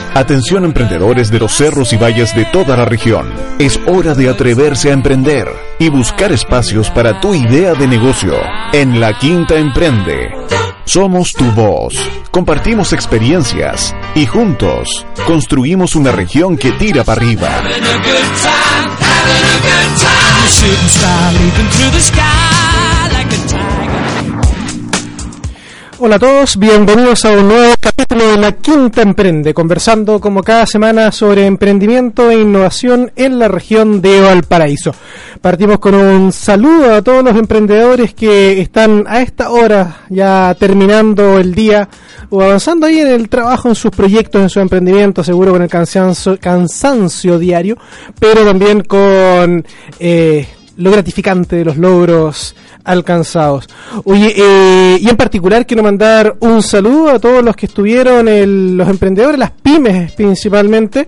Atención emprendedores de los cerros y valles de toda la región. Es hora de atreverse a emprender y buscar espacios para tu idea de negocio. En La Quinta Emprende. Somos tu voz. Compartimos experiencias y juntos construimos una región que tira para arriba. Hola a todos, bienvenidos a un nuevo capítulo de La Quinta Emprende, conversando como cada semana sobre emprendimiento e innovación en la región de Valparaíso. Partimos con un saludo a todos los emprendedores que están a esta hora ya terminando el día o avanzando ahí en el trabajo, en sus proyectos, en su emprendimiento, seguro con el cansancio diario, pero también con lo gratificante de los logros alcanzados. Oye, y en particular quiero mandar un saludo a todos los que estuvieron, los emprendedores, las pymes principalmente,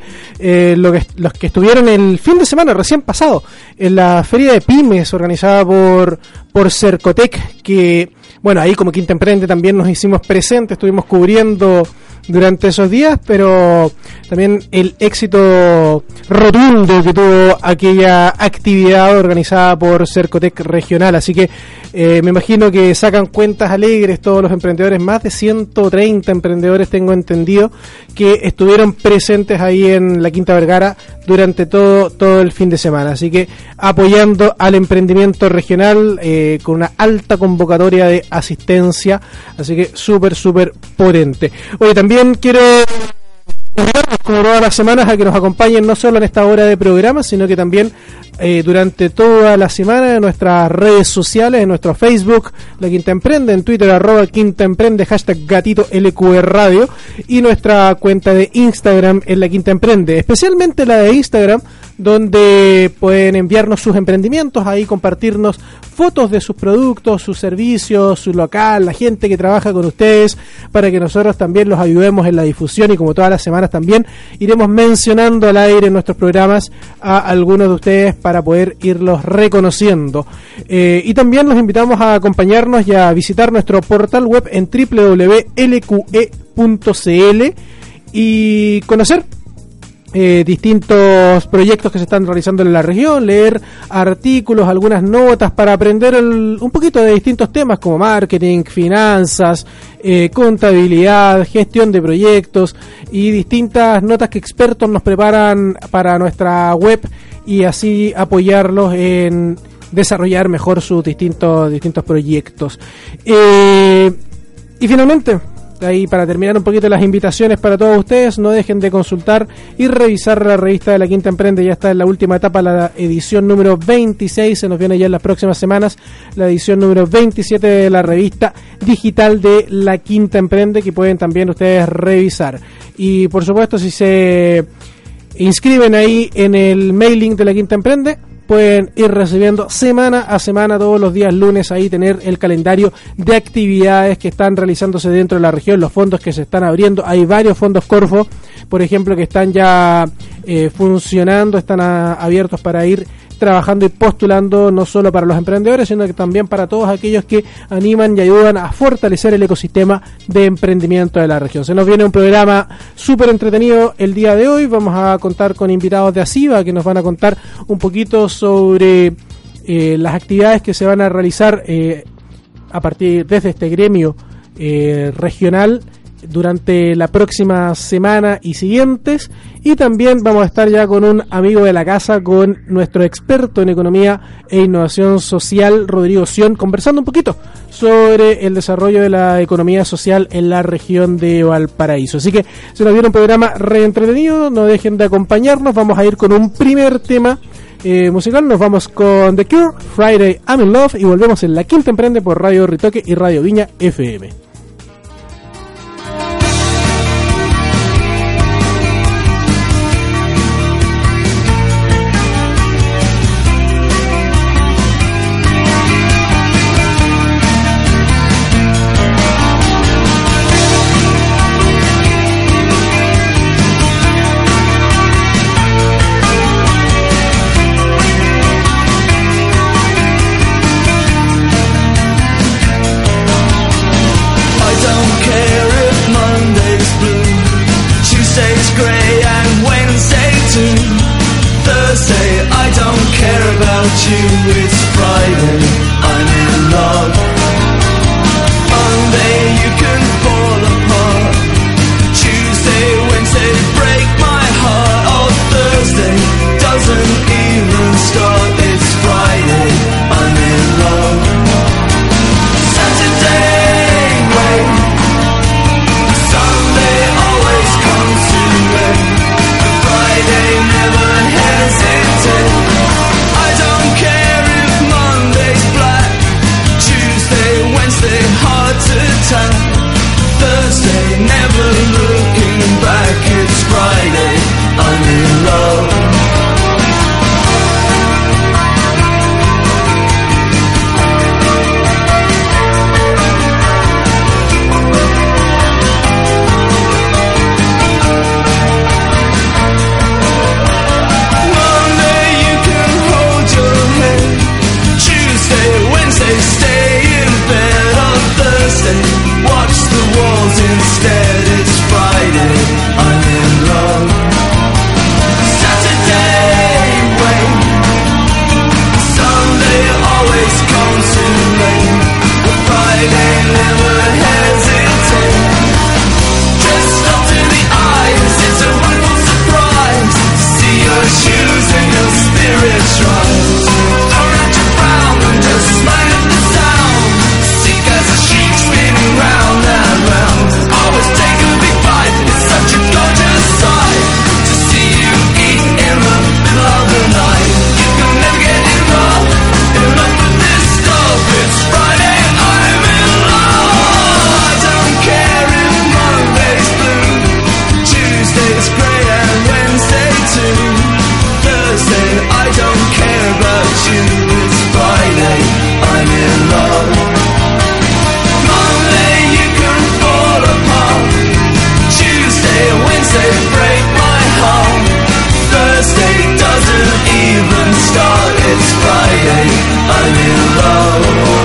los que estuvieron el fin de semana recién pasado en la feria de pymes organizada por Cercotec, que bueno, ahí como Quinta Emprende también nos hicimos presentes, estuvimos cubriendo durante esos días, pero también el éxito rotundo que tuvo aquella actividad organizada por Cercotec Regional. Así que me imagino que sacan cuentas alegres todos los emprendedores, más de 130 emprendedores tengo entendido, que estuvieron presentes ahí en la Quinta Vergara durante todo el fin de semana. Así que apoyando al emprendimiento regional con una alta convocatoria de asistencia, así que súper potente. Oye, también quiero invitarlos como todas las semanas a que nos acompañen no solo en esta hora de programa, sino que también durante toda la semana en nuestras redes sociales, en nuestro Facebook, La Quinta Emprende, en Twitter, @Quinta Emprende, #gatito LQR Radio, y nuestra cuenta de Instagram en La Quinta Emprende, especialmente la de Instagram, donde pueden enviarnos sus emprendimientos, ahí compartirnos fotos de sus productos, sus servicios, su local, la gente que trabaja con ustedes, para que nosotros también los ayudemos en la difusión, y como todas las semanas también iremos mencionando al aire en nuestros programas a algunos de ustedes para poder irlos reconociendo. Y también los invitamos a acompañarnos y a visitar nuestro portal web en www.lqe.cl y conocer distintos proyectos que se están realizando en la región, leer artículos, algunas notas para aprender un poquito de distintos temas como marketing, finanzas, contabilidad, gestión de proyectos y distintas notas que expertos nos preparan para nuestra web, y así apoyarlos en desarrollar mejor sus distintos proyectos. Y finalmente, ahí para terminar un poquito las invitaciones para todos ustedes, no dejen de consultar y revisar la revista de La Quinta Emprende. Ya está en la última etapa, la edición número 26, se nos viene ya en las próximas semanas la edición número 27 de la revista digital de La Quinta Emprende, que pueden también ustedes revisar. Y por supuesto, si se inscriben ahí en el mailing de La Quinta Emprende, pueden ir recibiendo semana a semana, todos los días lunes, ahí tener el calendario de actividades que están realizándose dentro de la región, los fondos que se están abriendo. Hay varios fondos Corfo, por ejemplo, que están ya funcionando, están abiertos para ir trabajando y postulando, no solo para los emprendedores, sino que también para todos aquellos que animan y ayudan a fortalecer el ecosistema de emprendimiento de la región. Se nos viene un programa súper entretenido el día de hoy. Vamos a contar con invitados de ACIBA que nos van a contar un poquito sobre las actividades que se van a realizar a partir desde este gremio regional durante la próxima semana y siguientes. Y también vamos a estar ya con un amigo de la casa, con nuestro experto en economía e innovación social, Rodrigo Sion, conversando un poquito sobre el desarrollo de la economía social en la región de Valparaíso. Así que se nos viene un programa re entretenido, no dejen de acompañarnos. Vamos a ir con un primer tema musical, nos vamos con The Cure, Friday I'm in Love, y volvemos en La Quinta Emprende por Radio Ritoque y Radio Viña FM. instead it's Friday, I'm in love. Saturday, wait, Sunday always comes too late, but Friday never hesitates. Dressed up to the eyes, it's a wonderful surprise to see your shoes and your spirits rise. Don't have to frown and just smile at the sound. Seek as a sheep spinning round and round. Always take a big bite, it's such a gorgeous sight to see you eat in the middle of the night. You can never get enough of this stuff. It's Friday, I'm in love. I don't care if Monday's blue, Tuesday's grey and Wednesday too. Thursday, I don't care about you. It's Friday, I'm in love. Monday, you can fall apart. Tuesday, Wednesday, break my heart. Thursday doesn't even start. It's Friday, I'm in love.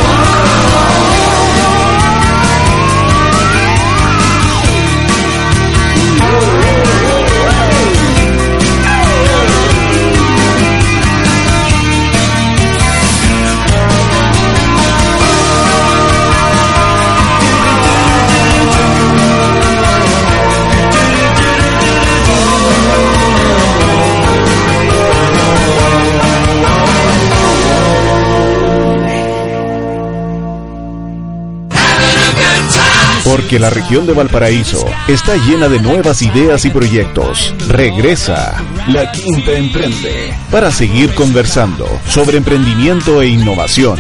Porque la región de Valparaíso está llena de nuevas ideas y proyectos. Regresa La Quinta Emprende para seguir conversando sobre emprendimiento e innovación.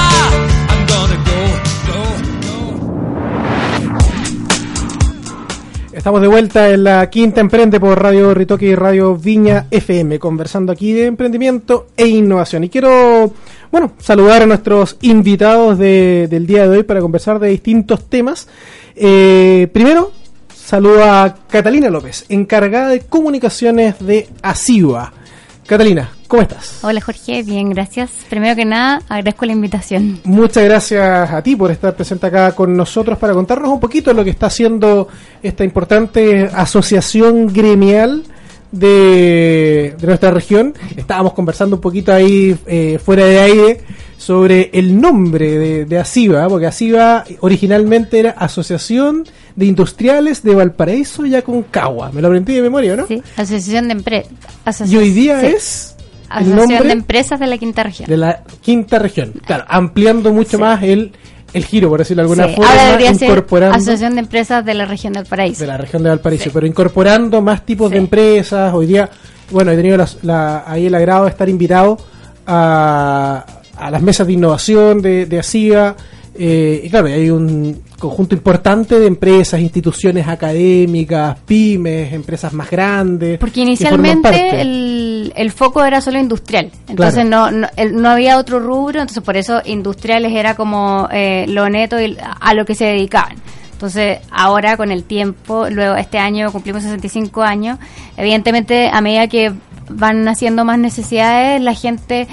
Estamos de vuelta en La Quinta Emprende por Radio Ritoque y Radio Viña FM, conversando aquí de emprendimiento e innovación. Y quiero, saludar a nuestros invitados del día de hoy para conversar de distintos temas. Primero, saludo a Catalina López, encargada de comunicaciones de ASIVA. Catalina, ¿cómo estás? Hola Jorge, bien, gracias. Primero que nada, agradezco la invitación. Muchas gracias a ti por estar presente acá con nosotros para contarnos un poquito de lo que está haciendo esta importante asociación gremial de nuestra región. Estábamos conversando un poquito ahí fuera de aire sobre el nombre de ASIVA, porque ASIVA originalmente era Asociación de Industriales de Valparaíso y Aconcagua. Me lo aprendí de memoria, ¿no? Sí, Asociación de Empresas. Y hoy día es Asociación de Empresas de la Quinta Región. De la Quinta Región, claro, ampliando mucho más el giro, por decirlo de alguna forma, ahora debería incorporando... ser Asociación de Empresas de la Región de Valparaíso. De la Región de Valparaíso, pero incorporando más tipos de empresas. Hoy día, he tenido ahí el agrado de estar invitado a las mesas de innovación de ASIVA, y claro, hay un conjunto importante de empresas, instituciones académicas, pymes, empresas más grandes. Porque inicialmente el foco era solo industrial, entonces no había otro rubro, entonces por eso industriales era como lo neto y a lo que se dedicaban. Entonces ahora con el tiempo, luego este año cumplimos 65 años, evidentemente a medida que van haciendo más necesidades, la gente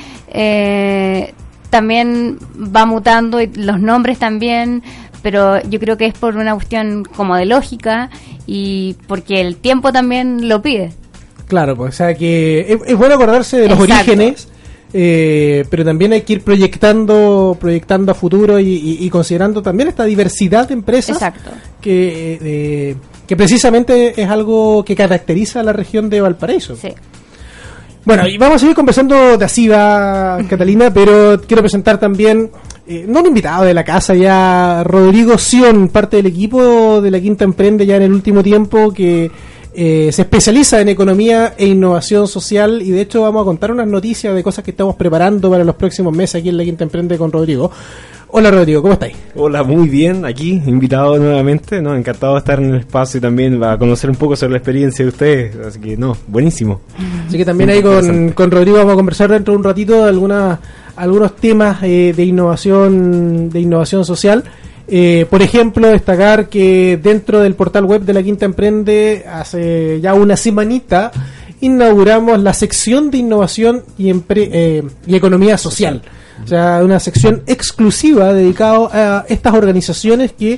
también va mutando y los nombres también, pero yo creo que es por una cuestión como de lógica y porque el tiempo también lo pide. Claro, pues, o sea que es bueno acordarse de los orígenes, pero también hay que ir proyectando a futuro y considerando también esta diversidad de empresas. Exacto. Que precisamente es algo que caracteriza a la región de Valparaíso. Sí. Bueno, y vamos a seguir conversando de ASIVA, Catalina, pero quiero presentar también, no un invitado de la casa ya, Rodrigo Sion, parte del equipo de La Quinta Emprende ya en el último tiempo, que se especializa en economía e innovación social, y de hecho vamos a contar unas noticias de cosas que estamos preparando para los próximos meses aquí en La Quinta Emprende con Rodrigo. Hola Rodrigo, ¿cómo estáis? Hola, muy bien, aquí, invitado nuevamente, encantado de estar en el espacio y también a conocer un poco sobre la experiencia de ustedes, así que buenísimo. Así que también ahí con Rodrigo vamos a conversar dentro de un ratito de algunos temas de innovación social. Por ejemplo, destacar que dentro del portal web de La Quinta Emprende hace ya una semanita inauguramos la sección de innovación y economía social. O sea, una sección exclusiva dedicada a estas organizaciones que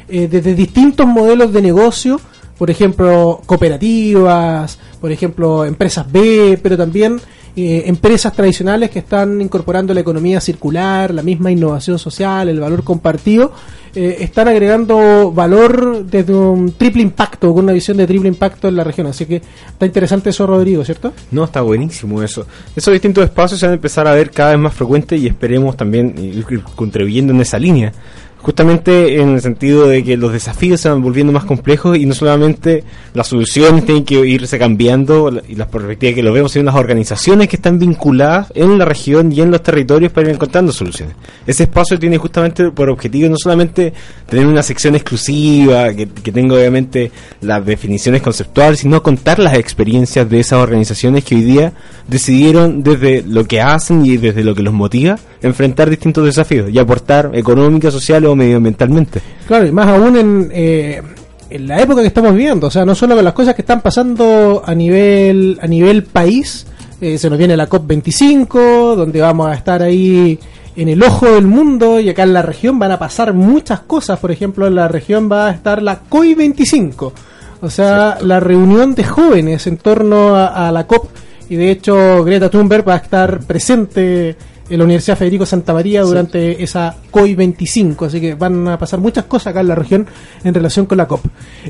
desde distintos modelos de negocio, por ejemplo, cooperativas, por ejemplo, empresas B, pero también empresas tradicionales que están incorporando la economía circular, la misma innovación social, el valor compartido, están agregando valor desde un triple impacto, con una visión de triple impacto en la región. Así que está interesante eso, Rodrigo, ¿cierto? No, está buenísimo eso. Esos distintos espacios se van a empezar a ver cada vez más frecuentes y esperemos también ir contribuyendo en esa línea. Justamente en el sentido de que los desafíos se van volviendo más complejos y no solamente las soluciones tienen que irse cambiando y las perspectivas que lo vemos, sino las organizaciones que están vinculadas en la región y en los territorios para ir encontrando soluciones. Ese espacio tiene justamente por objetivo no solamente tener una sección exclusiva que tenga obviamente las definiciones conceptuales, sino contar las experiencias de esas organizaciones que hoy día decidieron desde lo que hacen y desde lo que los motiva enfrentar distintos desafíos y aportar económica, social o medioambientalmente. Claro, y más aún en la época que estamos viviendo, o sea, no solo con las cosas que están pasando a nivel país, se nos viene la COP25, donde vamos a estar ahí en el ojo del mundo, y acá en la región van a pasar muchas cosas. Por ejemplo, en la región va a estar la COI25, o sea, exacto, la reunión de jóvenes en torno a la COP, y de hecho Greta Thunberg va a estar presente en la Universidad Federico Santa María durante esa COI25, así que van a pasar muchas cosas acá en la región en relación con la COP.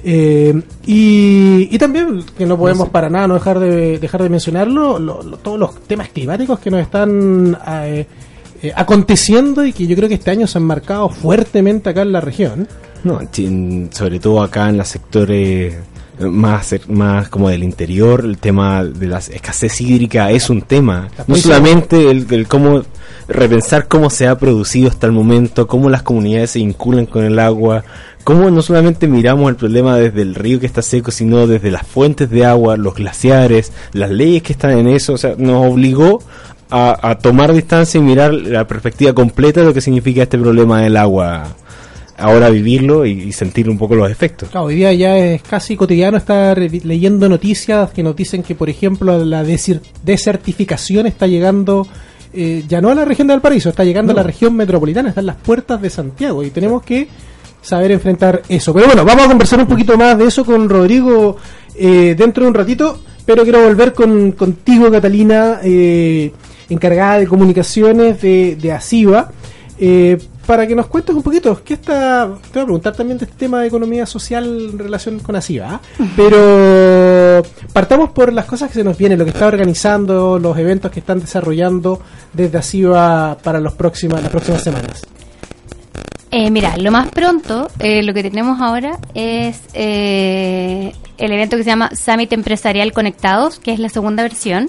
Y también, que no podemos para nada no dejar de mencionarlo, todos los temas climáticos que nos están aconteciendo y que yo creo que este año se han marcado fuertemente acá en la región. No, sobre todo acá en los sectores más como del interior, el tema de la escasez hídrica es un tema, no solamente el cómo repensar cómo se ha producido hasta el momento, cómo las comunidades se vinculan con el agua, cómo no solamente miramos el problema desde el río que está seco, sino desde las fuentes de agua, los glaciares, las leyes que están en eso. O sea, nos obligó a tomar distancia y mirar la perspectiva completa de lo que significa este problema del agua, ahora vivirlo y sentir un poco los efectos. Claro, hoy día ya es casi cotidiano estar leyendo noticias que nos dicen que, por ejemplo, la desertificación está llegando, ya no a la región de Valparaíso, está llegando a la región metropolitana, está en las puertas de Santiago, y tenemos que saber enfrentar eso. Pero bueno, vamos a conversar un poquito más de eso con Rodrigo dentro de un ratito, pero quiero volver contigo, Catalina, encargada de comunicaciones de ASIVA, para que nos cuentes un poquito, te voy a preguntar también de este tema de economía social en relación con ASIVA, pero partamos por las cosas que se nos vienen, lo que está organizando, los eventos que están desarrollando desde ASIVA para las próximas semanas. Mira, lo más pronto, lo que tenemos ahora es el evento que se llama Summit Empresarial Conectados, que es la segunda versión.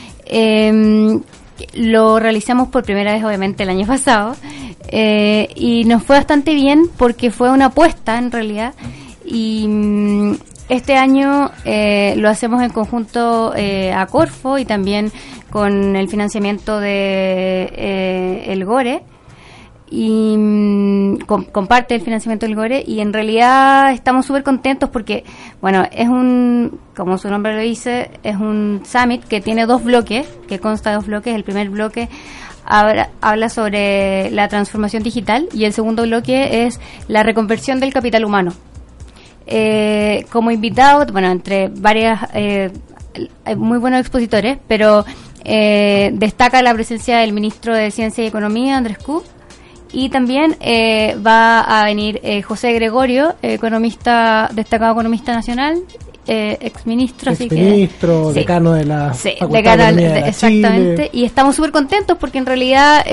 Lo realizamos por primera vez, obviamente, el año pasado, y nos fue bastante bien porque fue una apuesta, en realidad, y este año lo hacemos en conjunto a Corfo y también con el financiamiento de el GORE, y comparte el financiamiento del GORE, y en realidad estamos súper contentos porque, bueno, es como su nombre lo dice, es un summit que tiene dos bloques, que consta de dos bloques. El primer bloque habla sobre la transformación digital y el segundo bloque es la reconversión del capital humano. Como invitado, bueno, entre varias muy buenos expositores, pero destaca la presencia del ministro de Ciencia y Economía, Andrés Ku. Y también va a venir José Gregorio, destacado economista nacional, exministro, decano de la Facultad decano de Economía de exactamente, Chile. Y estamos súper contentos porque en realidad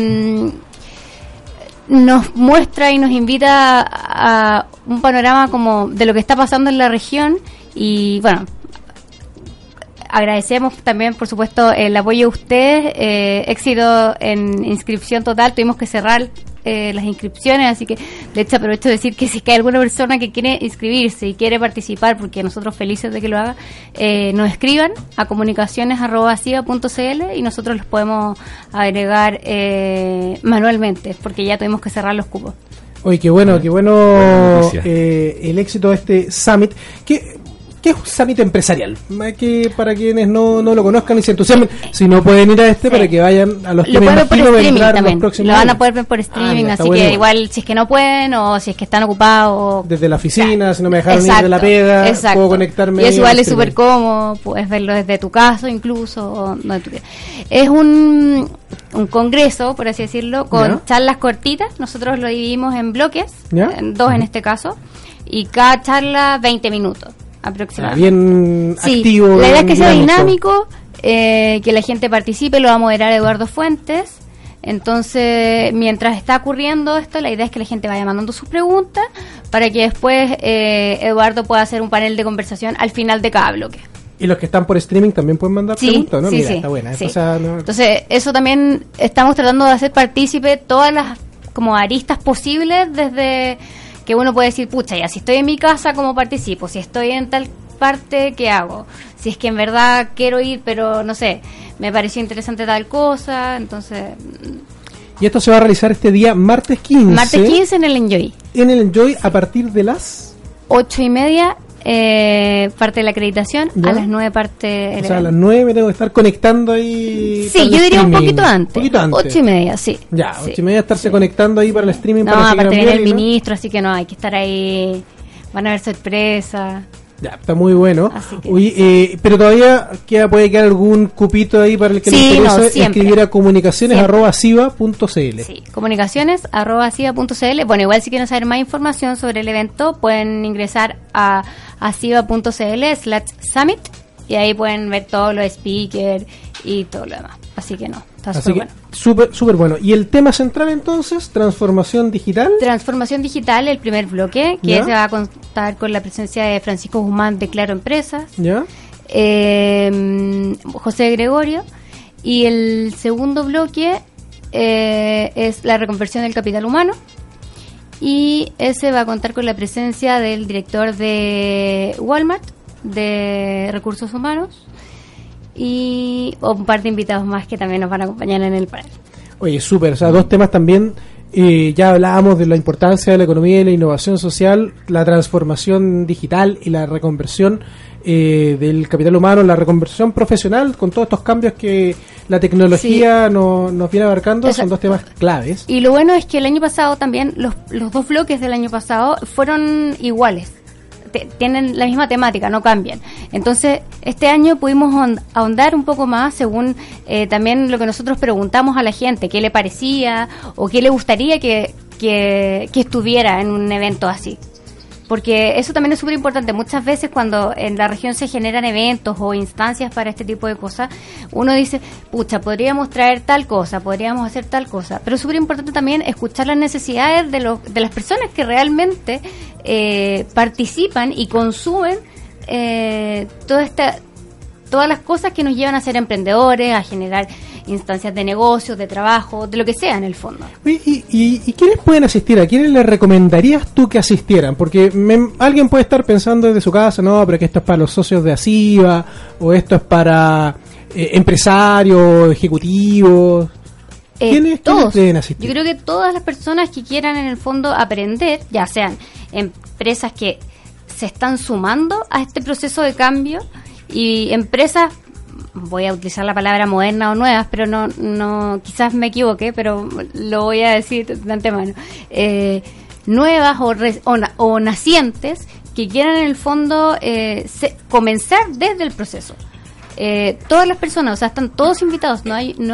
nos muestra y nos invita a un panorama como de lo que está pasando en la región. Y bueno, agradecemos también, por supuesto, el apoyo de ustedes. Éxito en inscripción total. Tuvimos que cerrar las inscripciones, así que de hecho aprovecho de decir que si hay alguna persona que quiere inscribirse y quiere participar, porque nosotros felices de que lo haga, nos escriban a comunicaciones@asiva.cl y nosotros los podemos agregar manualmente, porque ya tuvimos que cerrar los cupos. Oye, qué bueno el éxito de este summit. Que ¿Qué es un summit empresarial? Que para quienes no lo conozcan y se entusiasmen, si no pueden ir a para que vayan a los que lo me pueden ver por imagino streaming vendrán también. los próximos Lo van a años. poder ver por streaming, Ya, así bueno. que igual si es que no pueden o si es que están ocupados. Desde la oficina, si no me dejaron ir Exacto, de la pega, exacto. puedo conectarme. Y ahí es igual, al es súper streaming. cómodo, puedes verlo desde tu casa incluso. O no, es un congreso, por así decirlo, con Ya. charlas cortitas. Nosotros lo dividimos en bloques, Ya. en 2 en este caso, y cada charla 20 minutos aproximadamente. Bien Sí, activo. la idea es bien que sea dinámico. dinámico, que la gente participe, lo va a moderar Eduardo Fuentes. Entonces, mientras está ocurriendo esto, la idea es que la gente vaya mandando sus preguntas para que después Eduardo pueda hacer un panel de conversación al final de cada bloque. Y los que están por streaming también pueden mandar Sí, preguntas, ¿no? sí, Mira, sí, está buena. sí. O sea, no- Entonces, eso también estamos tratando de hacer partícipe todas las como aristas posibles, desde que uno puede decir, pucha, ya si estoy en mi casa, ¿cómo participo? Si estoy en tal parte, ¿qué hago? Si es que en verdad quiero ir, pero no sé, me pareció interesante tal cosa, entonces... Y esto se va a realizar este día, martes 15. Martes 15 en el Enjoy, En el Enjoy a partir de las... 8:30 parte de la acreditación, ¿Ya? a las 9 parte... O sea, a las 9 me tengo que estar conectando ahí. Sí, para el yo diría un streaming. poquito antes. Poquito antes. 8:30, sí. Ya, Sí. 8:30 estarse conectando ahí para el streaming. No, para que aparte quieran viene ver, el ¿no? ministro, así que no, hay que estar ahí. Van a haber sorpresa. Ya, está muy bueno. Así que- Oye, pero todavía puede quedar algún cupito ahí para el que Sí, le interesa no, escribir siempre. a comunicaciones@siva.cl. Sí, comunicaciones@siva.cl. Bueno, igual si quieren saber más información sobre el evento, pueden ingresar a siva.cl/summit y ahí pueden ver todos los speakers y todo lo demás. Así que no, está Así súper que bueno. súper bueno. Y el tema central entonces, transformación digital. Transformación digital, el primer bloque, que ¿Ya? se va a contar con la presencia de Francisco Guzmán de Claro Empresas, ¿Ya? José Gregorio, y el segundo bloque es la reconversión del capital humano, y ese va a contar con la presencia del director de Walmart de recursos humanos y un par de invitados más que también nos van a acompañar en el panel. Oye, súper. O sea, dos temas también. Ya hablábamos de la importancia de la economía y la innovación social, la transformación digital y la reconversión del capital humano, la reconversión profesional, con todos estos cambios que la tecnología nos viene abarcando. Exacto. Son dos temas claves. Y lo bueno es que el año pasado también, los dos bloques del año pasado fueron iguales. Tienen la misma temática, no cambian. Entonces, este año pudimos ahondar un poco más según también lo que nosotros preguntamos a la gente, qué le parecía o qué le gustaría que estuviera en un evento así. Porque eso también es súper importante. Muchas veces cuando en la región se generan eventos o instancias para este tipo de cosas, uno dice, pucha, podríamos traer tal cosa, podríamos hacer tal cosa. Pero es súper importante también escuchar las necesidades de las personas que realmente participan y consumen todas las cosas que nos llevan a ser emprendedores, a generar instancias de negocios, de trabajo, de lo que sea en el fondo. Oye, ¿y quiénes pueden asistir? ¿A quiénes le recomendarías tú que asistieran? Porque alguien puede estar pensando desde su casa, no, pero que esto es para los socios de ASIVA, o esto es para empresarios, ejecutivos. ¿Quiénes Todos. deben asistir? Yo creo que todas las personas que quieran en el fondo aprender, ya sean empresas que se están sumando a este proceso de cambio y empresas, voy a utilizar la palabra moderna o nuevas, pero no quizás me equivoque, pero lo voy a decir de antemano, nuevas o nacientes que quieran en el fondo comenzar desde el proceso. Todas las personas, o sea, están todos invitados, no hay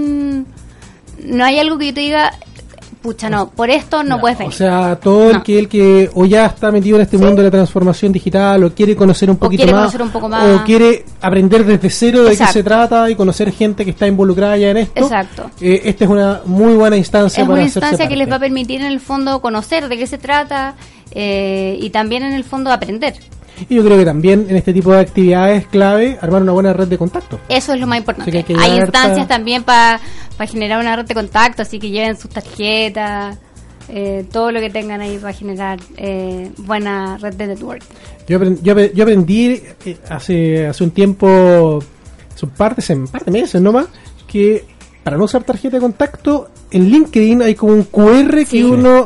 algo que yo te diga, pucha, no, por esto no puedes venir. O sea, todo No. el que o ya está metido en este mundo de la transformación digital, o quiere conocer un poquito quiere más, conocer un poco más. o quiere aprender desde cero de qué Exacto. se trata y conocer gente que está involucrada ya en esto. Exacto. Esta es una muy buena instancia Es para una hacerse instancia que parte. les va a permitir en el fondo conocer de qué se trata y también en el fondo aprender. Y yo creo que también en este tipo de actividades es clave armar una buena red de contacto. Eso es lo más importante. Así que hay que Hay llevar instancias harta- también para generar una red de contacto, así que lleven sus tarjetas, todo lo que tengan ahí para generar buena red de network. Yo aprendí hace un tiempo, hace un par de meses nomás, que para no usar tarjeta de contacto, en LinkedIn hay como un QR que Sí. uno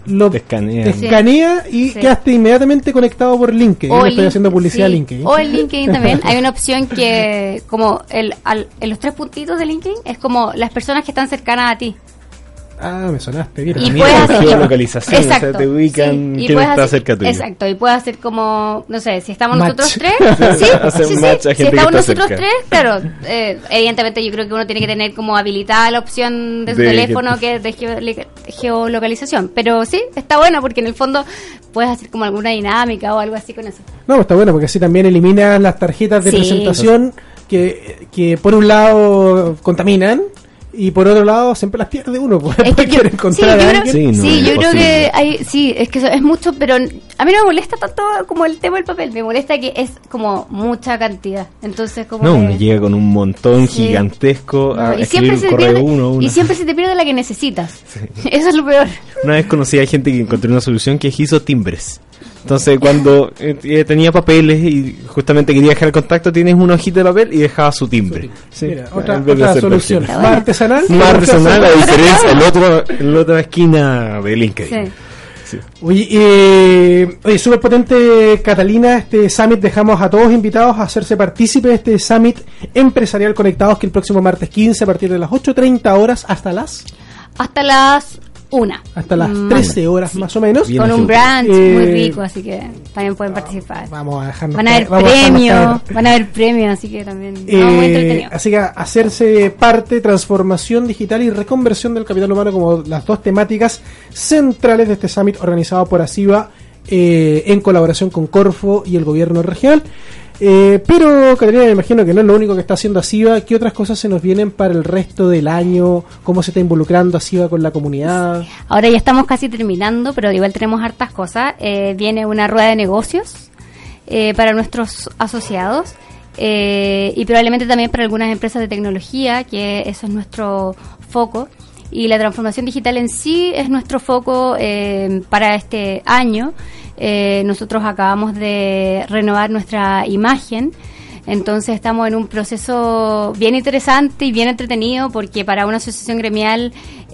Te escanea. te escanea y Sí. quedaste inmediatamente conectado por LinkedIn. Yo estoy haciendo publicidad a sí. LinkedIn. O en LinkedIn también hay una opción que, como en los 3 puntitos de LinkedIn, es como las personas que están cercanas a ti. Ah, me sonaste bien. Y Mira, puedes hacer geolocalización, o sea, exacto, te ubican sí, y quién puedes está hacer- cerca tuyo. Exacto, y puedes hacer como, no sé, si estamos Match. nosotros 3, sí, Hacer sí, un sí, match a si gente que estamos está nosotros cerca. 3, claro, evidentemente yo creo que uno tiene que tener como habilitada la opción de su De teléfono que es de geolocalización, pero sí, está bueno porque en el fondo puedes hacer como alguna dinámica o algo así con eso. No, está bueno porque así también eliminas las tarjetas de Sí. presentación que por un lado contaminan y por otro lado siempre las pierde uno. Pues, Es que después quiere encontrar a yo creo, alguien. Sí, no, sí, yo creo imposible. que hay, sí, es que eso es mucho, pero a mí no me molesta tanto como el tema del papel, me molesta que es como mucha cantidad, entonces como No, que- uno llega con un montón Sí. gigantesco No, a y escribir siempre un se correo pierde, uno. y siempre se te pierde la que necesitas. Eso es lo peor. Una vez conocí a gente que encontró una solución que hizo timbres. Entonces, cuando tenía papeles y justamente quería dejar el contacto, tienes una hojita de papel y dejaba su timbre. Sí, Mira, en otra vez de hacer solución. perfil. Más artesanal. Más artesanal, la diferencia en la otra esquina de LinkedIn. Sí. Oye, súper potente, Catalina, este Summit. Dejamos a todos invitados a hacerse partícipes de este Summit Empresarial Conectados, que el próximo martes 15 a partir de las 8:30 horas hasta las Hasta las 1. 13 horas más o menos. Bien Con un ejecutado. brunch muy Eh, rico, así que también pueden participar. Vamos a dejarnos Van a haber caer, vamos a dejarnos premios, caer. van a haber premios, así que también no, muy entretenido. Así que hacerse parte, transformación digital y reconversión del capital humano como las dos temáticas centrales de este summit organizado por ASIVA en colaboración con Corfo y el gobierno regional. Pero, Catalina, me imagino que no es lo único que está haciendo ASIVA. ¿Qué otras cosas se nos vienen para el resto del año? ¿Cómo se está involucrando ASIVA con la comunidad? Ahora ya estamos casi terminando, pero igual tenemos hartas cosas. Viene una rueda de negocios para nuestros asociados y probablemente también para algunas empresas de tecnología, que eso es nuestro foco. Y la transformación digital en sí es nuestro foco para este año. Nosotros acabamos de renovar nuestra imagen, entonces estamos en un proceso bien interesante y bien entretenido, porque para una asociación gremial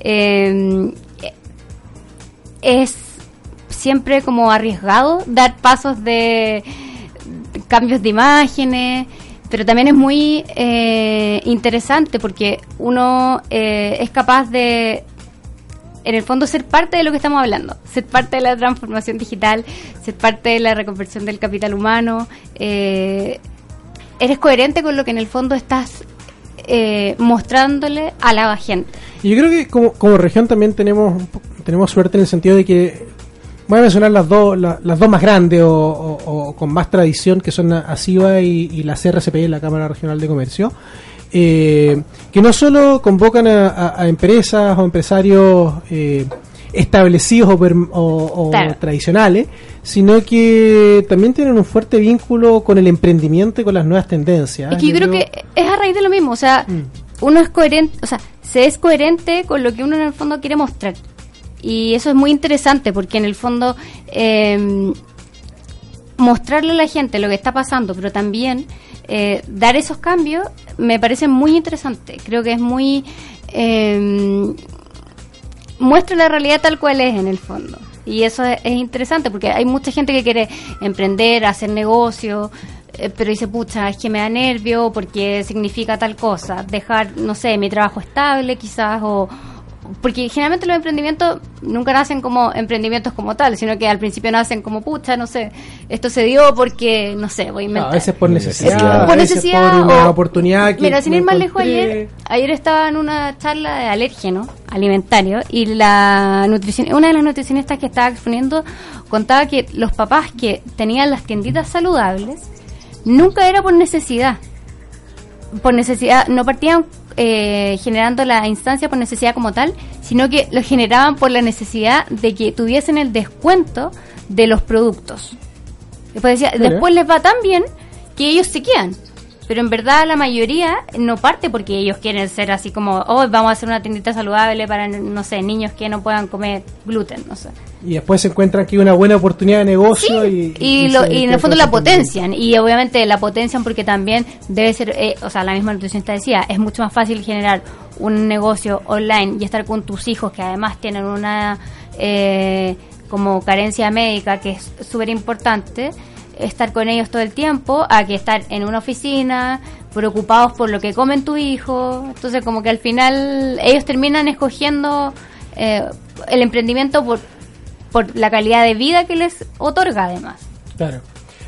es siempre como arriesgado dar pasos de cambios de imágenes, pero también es muy interesante porque uno es capaz de, en el fondo, ser parte de lo que estamos hablando, ser parte de la transformación digital, ser parte de la reconversión del capital humano. Eres coherente con lo que en el fondo estás mostrándole a la gente. Y yo creo que como región también tenemos suerte en el sentido de que voy a mencionar las dos más grandes o con más tradición, que son ASIVA y la CRCP, la Cámara Regional de Comercio, que no solo convocan a empresas o empresarios establecidos o Claro. tradicionales, sino que también tienen un fuerte vínculo con el emprendimiento y con las nuevas tendencias. Es que yo creo que es a raíz de lo mismo, o sea, uno es coherente, o sea, se es coherente con lo que uno en el fondo quiere mostrar. Y eso es muy interesante porque en el fondo mostrarle a la gente lo que está pasando, pero también dar esos cambios me parece muy interesante. Creo que es muy muestra la realidad tal cual es en el fondo. Y eso es interesante porque hay mucha gente que quiere emprender, hacer negocio, pero dice, pucha, es que me da nervio porque significa tal cosa, dejar, no sé, mi trabajo estable quizás, o porque generalmente los emprendimientos nunca nacen como emprendimientos como tal, sino que al principio nacen como, pucha, no sé, esto se dio porque, no sé, voy a inventar. A veces por necesidad, Por a veces necesidad por una o- oportunidad que Mira, sin me ir más lejos, encontré. ayer estaba en una charla de alérgeno alimentario y una de las nutricionistas que estaba exponiendo contaba que los papás que tenían las tienditas saludables nunca era por necesidad, no partían generando la instancia por necesidad como tal, sino que lo generaban por la necesidad de que tuviesen el descuento de los productos. Después decía, Mira. después les va tan bien que ellos se quedan. Pero en verdad la mayoría no parte porque ellos quieren ser así como, oh, vamos a hacer una tiendita saludable para, no sé, niños que no puedan comer gluten, no sé. Y después se encuentran aquí una buena oportunidad de negocio Sí, y y en el fondo la potencian, y obviamente la potencian porque también debe ser, o sea, la misma nutricionista decía, es mucho más fácil generar un negocio online y estar con tus hijos, que además tienen una como carencia médica que es súper importante, estar con ellos todo el tiempo, a que estar en una oficina preocupados por lo que comen tu hijo. Entonces como que al final ellos terminan escogiendo el emprendimiento por la calidad de vida que les otorga además. Claro.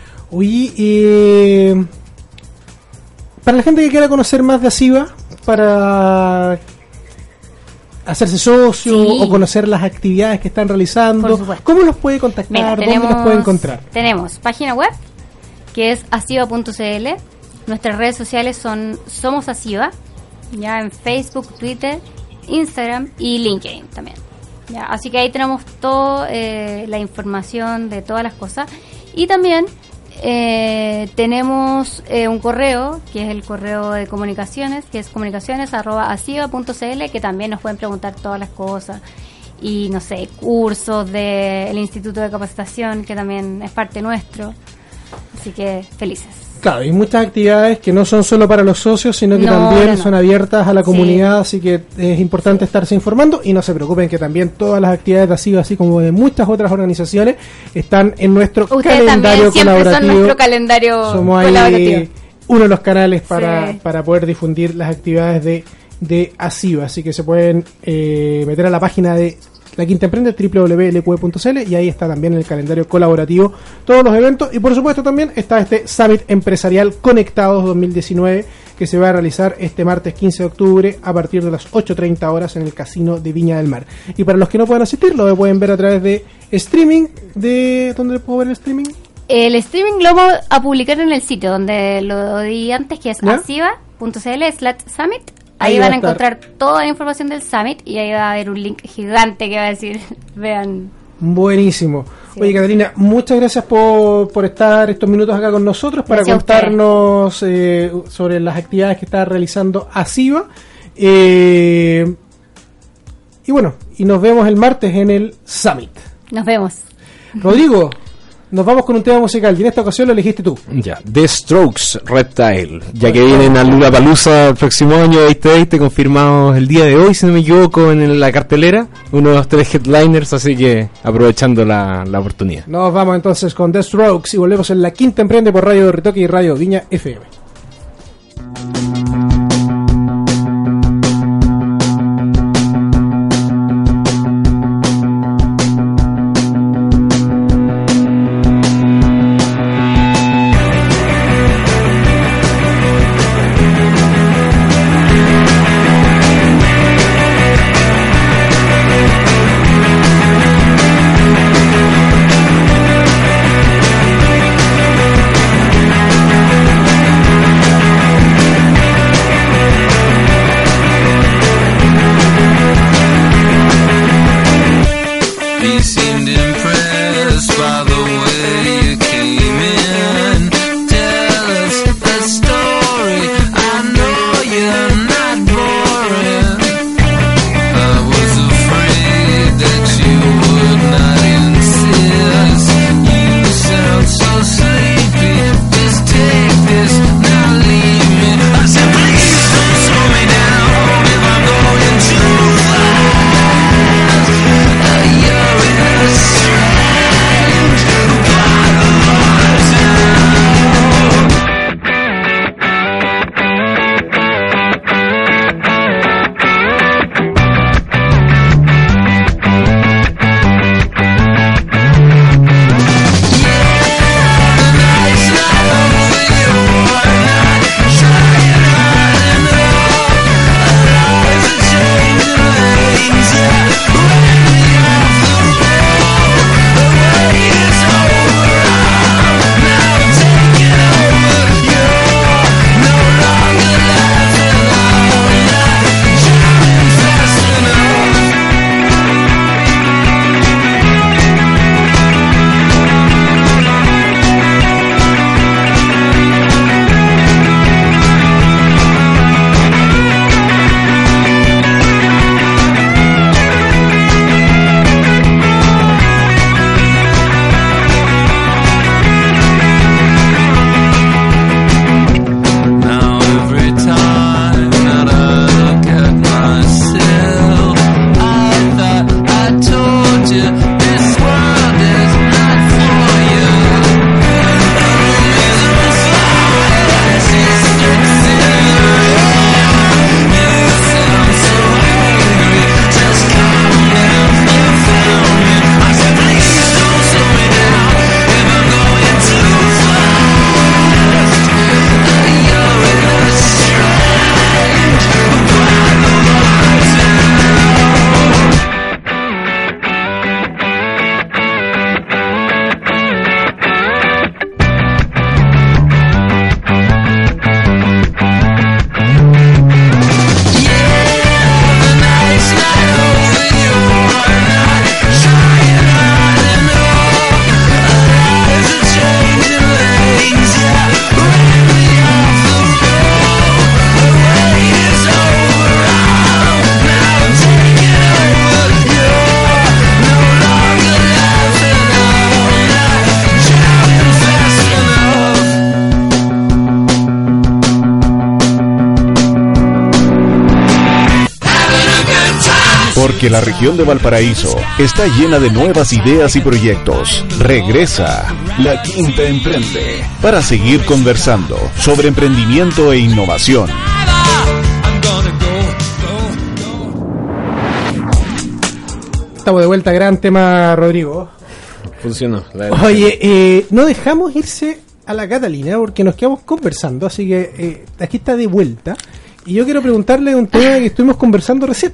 Oye, para la gente que quiera conocer más de ASIVA, para hacerse socio Sí. o conocer las actividades que están realizando, Por supuesto. ¿cómo los puede contactar? Mira, ¿Dónde los puede encontrar? Tenemos página web que es asiva.cl. Nuestras redes sociales son Somos Asiva, ya en Facebook, Twitter, Instagram y LinkedIn también. Ya, así que ahí tenemos toda la información de todas las cosas. Y también tenemos un correo, que es el correo de comunicaciones, que es comunicaciones@asiva.cl, que también nos pueden preguntar todas las cosas. Y no sé, cursos del Instituto de Capacitación, que también es parte nuestro. Así que felices. Claro, hay muchas actividades que no son solo para los socios, sino que también son abiertas a la comunidad, así que es importante estarse informando y no se preocupen que también todas las actividades de ASIVA, así como de muchas otras organizaciones, están en nuestro Ustedes calendario también siempre colaborativo. son nuestro calendario Somos colaborativo. ahí uno de los canales para, Sí. para poder difundir las actividades de ASIVA, así que se pueden meter a la página de La Quinta Emprende, www.lqe.cl, y ahí está también en el calendario colaborativo todos los eventos, y por supuesto también está este Summit Empresarial Conectados 2019 que se va a realizar este martes 15 de octubre a partir de las 8:30 horas en el Casino de Viña del Mar. Y para los que no puedan asistir, lo pueden ver a través de streaming. ¿Dónde puedo ver el streaming? El streaming lo vamos a publicar en el sitio donde lo di antes, que es ¿Ya? asiva.cl/summit. Ahí Ahí va van a a estar. encontrar toda la información del Summit y ahí va a haber un link gigante que va a decir, vean. Buenísimo. Sí. Oye, Catalina, muchas gracias por estar estos minutos acá con nosotros para Gracias a ustedes. contarnos sobre las actividades que está realizando ASIVA. Y bueno, y nos vemos el martes en el Summit. Nos vemos. Rodrigo, nos vamos con un tema musical y en esta ocasión lo elegiste tú. Ya, The Strokes, Reptile, ya que vienen a Lollapalooza el próximo año 2020, confirmados el día de hoy, si no me equivoco, en la cartelera, uno de los 3 headliners, así que aprovechando la oportunidad. Nos vamos entonces con The Strokes y volvemos en La Quinta Emprende por Radio Ritoque y Radio Viña FM. Thank Porque la región de Valparaíso está llena de nuevas ideas y proyectos. Regresa La Quinta Emprende para seguir conversando sobre emprendimiento e innovación. Estamos de vuelta, gran tema, Rodrigo. Funcionó. Oye, no dejamos irse a la Catalina porque nos quedamos conversando, así que aquí está de vuelta. Y yo quiero preguntarle un tema que estuvimos conversando recién.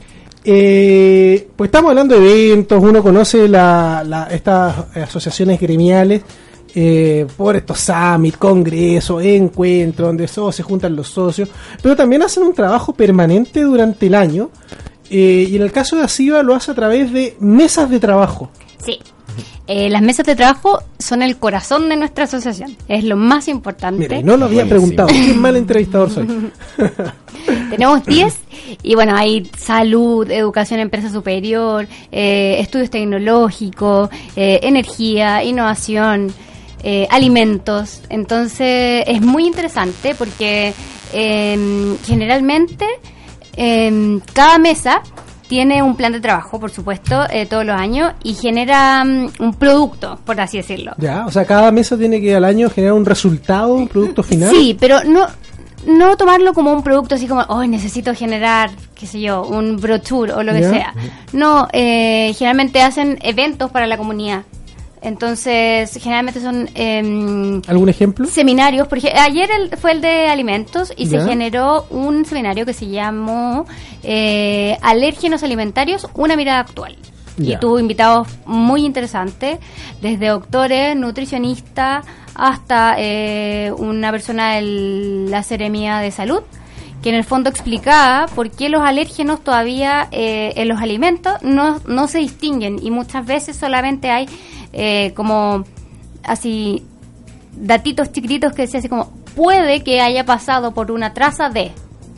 Pues estamos hablando de eventos, uno conoce estas asociaciones gremiales por estos summit, congresos, encuentros, donde se juntan los socios, pero también hacen un trabajo permanente durante el año. Y en el caso de ASIVA lo hace a través de mesas de trabajo. Sí. Las mesas de trabajo son el corazón de nuestra asociación. Es lo más importante. Mira, no lo había preguntado. Qué mal entrevistador soy. Tenemos 10 y bueno, hay salud, educación, empresa superior, estudios tecnológicos, energía, innovación, alimentos. Entonces es muy interesante porque generalmente cada mesa tiene un plan de trabajo, por supuesto, todos los años y genera un producto, por así decirlo. Ya, o sea, cada mesa tiene que al año generar un resultado, un producto final. Sí, pero no tomarlo como un producto así como, necesito generar, qué sé yo, un brochure o lo que sea. No, generalmente hacen eventos para la comunidad. Entonces, generalmente son... ¿algún ejemplo? Seminarios. Por ejemplo, ayer fue el de alimentos y se generó un seminario que se llamó Alérgenos Alimentarios, una mirada actual. Y tuvo invitados muy interesantes, desde doctores, nutricionistas, hasta una persona de la Seremía de Salud, que en el fondo explicaba por qué los alérgenos todavía en los alimentos no se distinguen y muchas veces solamente hay como así datitos chiquititos que decía así como puede que haya pasado por una traza de.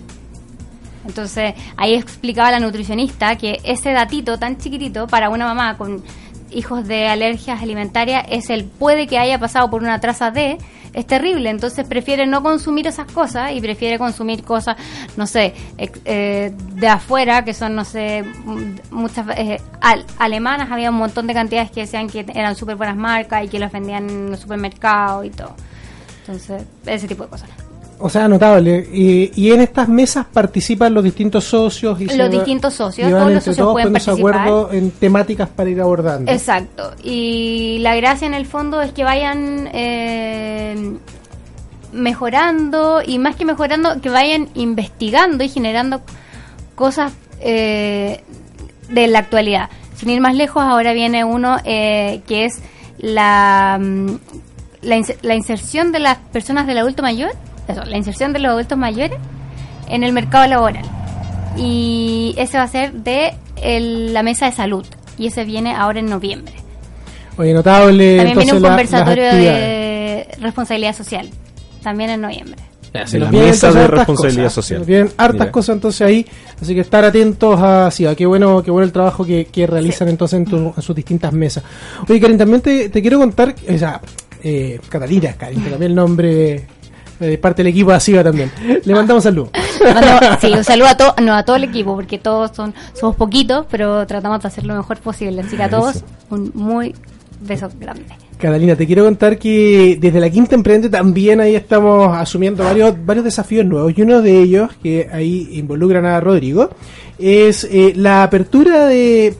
Entonces ahí explicaba la nutricionista que ese datito tan chiquitito para una mamá con hijos de alergias alimentarias es el puede que haya pasado por una traza de, es terrible. Entonces prefiere no consumir esas cosas y prefiere consumir cosas, no sé, de afuera, que son, no sé, muchas alemanas. Había un montón de cantidades que decían que eran súper buenas marcas y que las vendían en los supermercados y todo. Entonces, ese tipo de cosas. O sea, notable. Y en estas mesas participan los distintos socios. Y distintos socios, todos los socios pueden participar. Acuerdo en temáticas para ir abordando. Exacto. Y la gracia en el fondo es que vayan mejorando, y más que mejorando, que vayan investigando y generando cosas de la actualidad. Sin ir más lejos, ahora viene uno que es la inserción de las personas del adulto mayor. La inserción de los adultos mayores en el mercado laboral. Y ese va a ser de la mesa de salud. Y ese viene ahora en noviembre. Oye, notable. También viene un conversatorio de responsabilidad social. También en noviembre. La mesa de responsabilidad social. Vienen hartas cosas entonces ahí. Así que estar atentos a qué bueno el trabajo que realizan entonces en sus distintas mesas. Oye, Karin, también te quiero contar. O sea, Catalina, Karin, te cambié el nombre. De parte del equipo de ASIVA también. Le mandamos saludos. Sí, un saludo a todo el equipo, porque todos somos poquitos, pero tratamos de hacer lo mejor posible. Así que a todos, un muy beso grande. Catalina, te quiero contar que desde la Quinta Emprende también ahí estamos asumiendo varios desafíos nuevos, y uno de ellos, que ahí involucran a Rodrigo, es la apertura de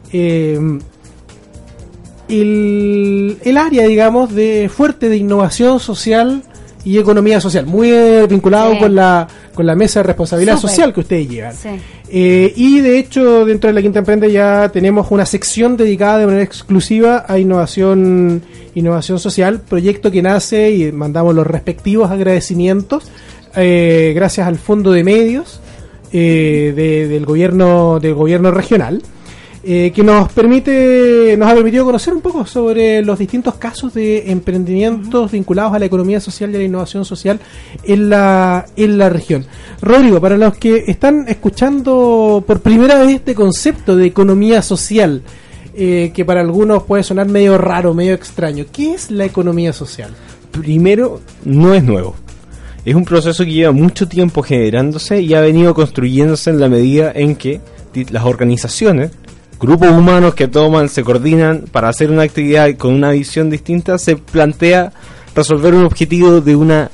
el área, digamos, de fuerte de innovación social y economía social, muy vinculado con la mesa de responsabilidad social que ustedes llevan. Sí. Y de hecho, dentro de la Quinta Emprende ya tenemos una sección dedicada de manera exclusiva a innovación social, proyecto que nace, y mandamos los respectivos agradecimientos gracias al Fondo de Medios del gobierno regional. Que nos ha permitido conocer un poco sobre los distintos casos de emprendimientos vinculados a la economía social y a la innovación social en la región. Rodrigo, para los que están escuchando por primera vez este concepto de economía social, que para algunos puede sonar medio raro, medio extraño, ¿qué es la economía social? Primero, no es nuevo. Es un proceso que lleva mucho tiempo generándose y ha venido construyéndose en la medida en que las organizaciones, grupos humanos que se coordinan para hacer una actividad con una visión distinta, se plantea resolver un objetivo de una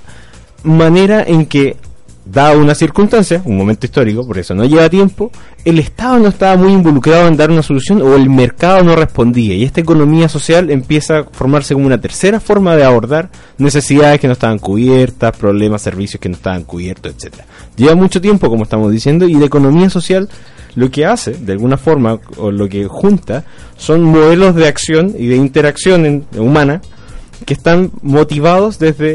manera en que, dada una circunstancia, un momento histórico, por eso no lleva tiempo, el Estado no estaba muy involucrado en dar una solución o el mercado no respondía, y esta economía social empieza a formarse como una tercera forma de abordar necesidades que no estaban cubiertas, problemas, servicios que no estaban cubiertos, etcétera. Lleva mucho tiempo, como estamos diciendo, y la economía social lo que hace, de alguna forma, o lo que junta, son modelos de acción y de interacción humana que están motivados desde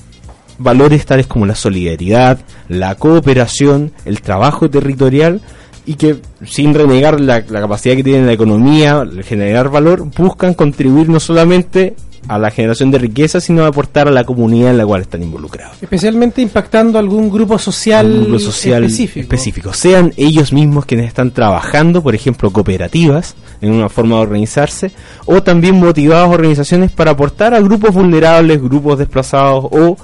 valores tales como la solidaridad, la cooperación, el trabajo territorial, y que, sin renegar la capacidad que tiene la economía, generar valor, buscan contribuir no solamente a la generación de riqueza, sino a aportar a la comunidad en la cual están involucrados. Especialmente impactando algún grupo social, específico. Sean ellos mismos quienes están trabajando, por ejemplo, cooperativas, en una forma de organizarse, o también motivadas organizaciones para aportar a grupos vulnerables, grupos desplazados, o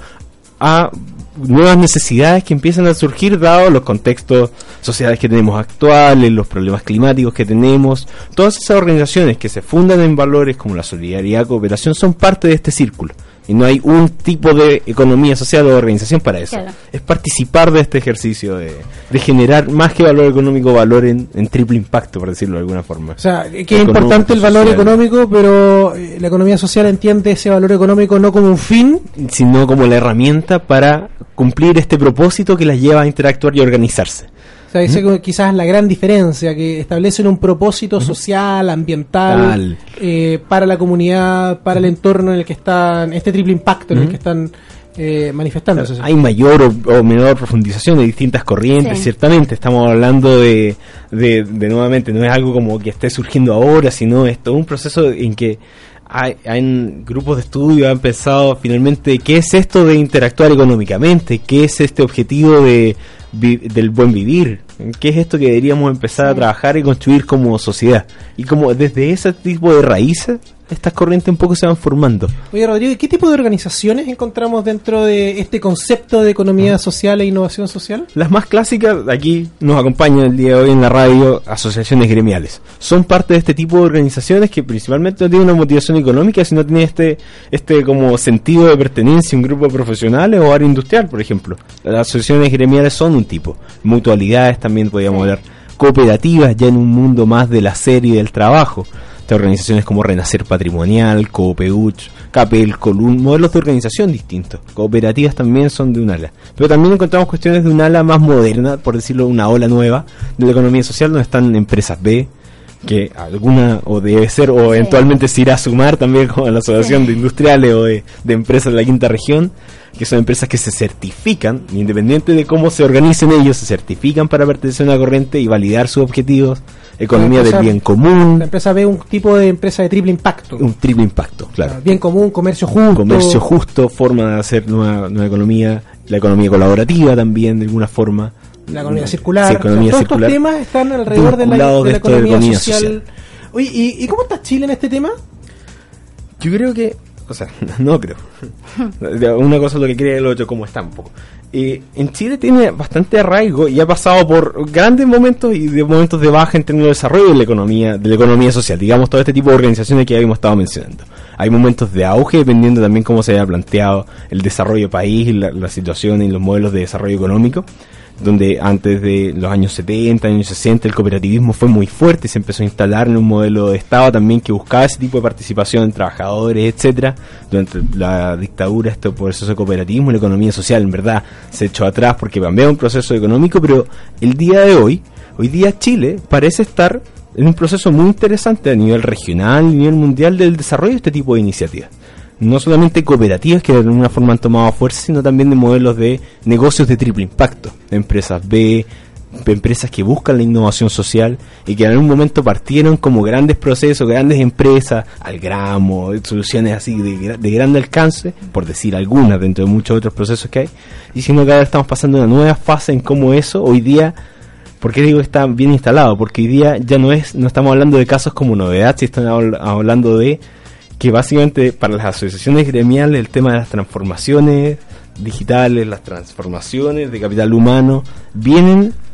a nuevas necesidades que empiezan a surgir dados los contextos sociales que tenemos actuales, los problemas climáticos que tenemos. Todas esas organizaciones que se fundan en valores como la solidaridad y cooperación son parte de este círculo, y no hay un tipo de economía social o de organización para eso. Claro. Es participar de este ejercicio de generar más que valor económico, valor en triple impacto, por decirlo de alguna forma. O sea, que es importante el valor económico, pero la economía social entiende ese valor económico no como un fin, sino como la herramienta para cumplir este propósito que las lleva a interactuar y a organizarse. O sea, esa es quizás la gran diferencia, que establecen un propósito social, ambiental, para la comunidad, para el entorno en el que están, este triple impacto en el que están manifestándose. Hay mayor o menor profundización de distintas corrientes, ciertamente. Estamos hablando de nuevamente, no es algo como que esté surgiendo ahora, sino es todo un proceso en que hay grupos de estudio han pensado finalmente qué es esto de interactuar económicamente, qué es este objetivo del buen vivir, qué es esto que deberíamos empezar a trabajar y construir como sociedad, y como desde ese tipo de raíces estas corrientes un poco se van formando. Oye, Rodrigo, ¿qué tipo de organizaciones encontramos dentro de este concepto de economía social e innovación social? Las más clásicas, aquí nos acompañan el día de hoy en la radio, asociaciones gremiales. Son parte de este tipo de organizaciones que principalmente no tienen una motivación económica, sino tienen este como sentido de pertenencia a un grupo de profesionales o área industrial, por ejemplo. Las asociaciones gremiales son un tipo. Mutualidades también podríamos hablar. Cooperativas, ya en un mundo más del hacer y del trabajo. Organizaciones como Renacer Patrimonial, Coopeuch, Capel, Colun, modelos de organización distintos. Cooperativas también son de un ala. Pero también encontramos cuestiones de un ala más moderna, por decirlo, una ola nueva de la economía social, donde están empresas B, que alguna o debe ser, o eventualmente se irá a sumar también con la asociación de industriales o de empresas de la quinta región, que son empresas que se certifican, independiente de cómo se organicen ellos, se certifican para pertenecer a una corriente y validar sus objetivos. Economía del bien común. La empresa ve un tipo de empresa de triple impacto. Un triple impacto, claro. Bien común, comercio justo. Comercio justo, forma de hacer nueva economía. La economía colaborativa también, de alguna forma. La economía circular. Sí, economía todos circular. Estos temas están alrededor de la economía social. Oye, ¿y cómo está Chile en este tema? Yo creo que... O sea, no creo. Una cosa es lo que cree, el otro cómo está un poco. En Chile tiene bastante arraigo y ha pasado por grandes momentos y de momentos de baja en términos de desarrollo de la economía social, digamos, todo este tipo de organizaciones que habíamos estado mencionando. Hay momentos de auge dependiendo también cómo se haya planteado el desarrollo del país y la situación y los modelos de desarrollo económico, donde antes de los años 70, años 60, el cooperativismo fue muy fuerte y se empezó a instalar en un modelo de Estado también que buscaba ese tipo de participación en trabajadores, etcétera. Durante la dictadura, este proceso de cooperativismo y la economía social, en verdad, se echó atrás porque cambió un proceso económico, pero el día de hoy día Chile parece estar en un proceso muy interesante a nivel regional, a nivel mundial del desarrollo de este tipo de iniciativas. No solamente cooperativas que de alguna forma han tomado fuerza, sino también de modelos de negocios de triple impacto, de empresas B, de empresas que buscan la innovación social y que en algún momento partieron como grandes procesos, grandes empresas, al gramo, soluciones así de grande alcance, por decir algunas dentro de muchos otros procesos que hay, y sino que ahora estamos pasando una nueva fase en cómo eso hoy día... ¿Por qué digo que está bien instalado? Porque hoy día ya no estamos hablando de casos como novedad, si estamos hablando de que básicamente para las asociaciones gremiales el tema de las transformaciones digitales, las transformaciones de capital humano, vienen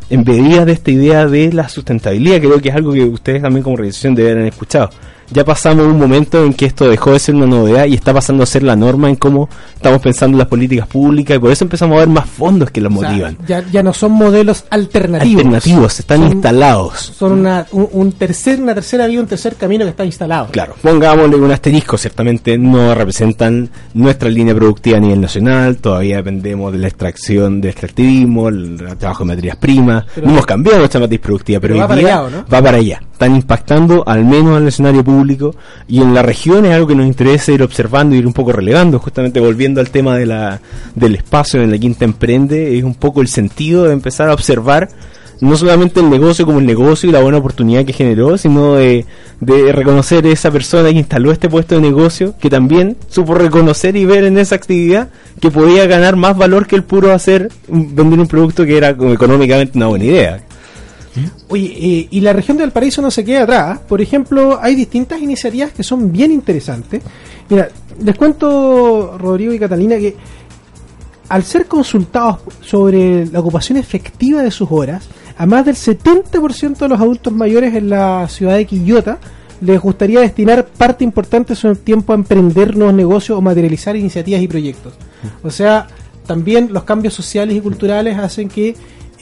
embedidas de esta idea de la sustentabilidad. Creo que es algo que ustedes también como organización deben haber escuchado. Ya pasamos un momento en que esto dejó de ser una novedad y está pasando a ser la norma en cómo estamos pensando en las políticas públicas, y por eso empezamos a ver más fondos que las motivan. Ya no son modelos alternativos, están instalados. Son una tercera vía, un tercer camino que está instalado. Claro, pongámosle un asterisco, ciertamente no representan nuestra línea productiva a nivel nacional, todavía dependemos de la extracción, del extractivismo, el trabajo de materias primas, no hemos cambiado nuestra matriz productiva, pero va hoy para día allá, ¿no? va para allá. Están impactando al menos al escenario público, y en la región es algo que nos interesa ir observando y ir un poco relevando. Justamente volviendo al tema del espacio en la Quinta Emprende, es un poco el sentido de empezar a observar no solamente el negocio como el negocio y la buena oportunidad que generó, sino de reconocer esa persona que instaló este puesto de negocio, que también supo reconocer y ver en esa actividad que podía ganar más valor que el puro vender un producto que era económicamente una buena idea. Oye, y la región de Valparaíso no se queda atrás. Por ejemplo, hay distintas iniciativas que son bien interesantes. Mira, les cuento, Rodrigo y Catalina, que al ser consultados sobre la ocupación efectiva de sus horas, a más del 70% de los adultos mayores en la ciudad de Quillota les gustaría destinar parte importante de su tiempo a emprender nuevos negocios o materializar iniciativas y proyectos. O sea, también los cambios sociales y culturales hacen que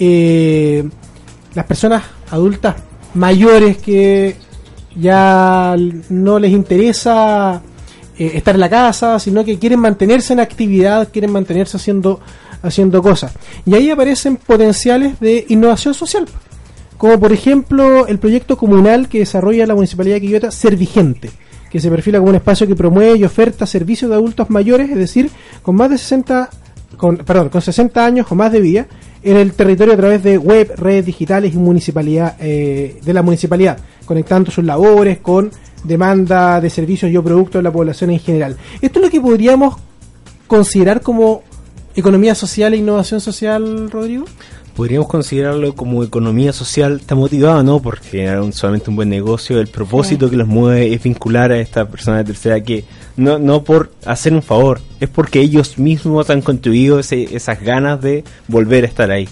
las personas adultas mayores que ya no les interesa estar en la casa, sino que quieren mantenerse en actividad, quieren mantenerse haciendo cosas. Y ahí aparecen potenciales de innovación social, como por ejemplo el proyecto comunal que desarrolla la Municipalidad de Quillota, Ser Vigente, que se perfila como un espacio que promueve y oferta servicios de adultos mayores, es decir, con 60 años o más de vida, en el territorio a través de web, redes digitales y municipalidad de la municipalidad, conectando sus labores con demanda de servicios y o productos de la población en general. Esto es lo que podríamos considerar como economía social e innovación social, Rodrigo. Podríamos considerarlo como economía social. Está motivado no por generar solamente un buen negocio. El propósito que los mueve es vincular a esta persona de tercera, que no por hacer un favor, es porque ellos mismos han contribuido esas ganas de volver a estar ahí.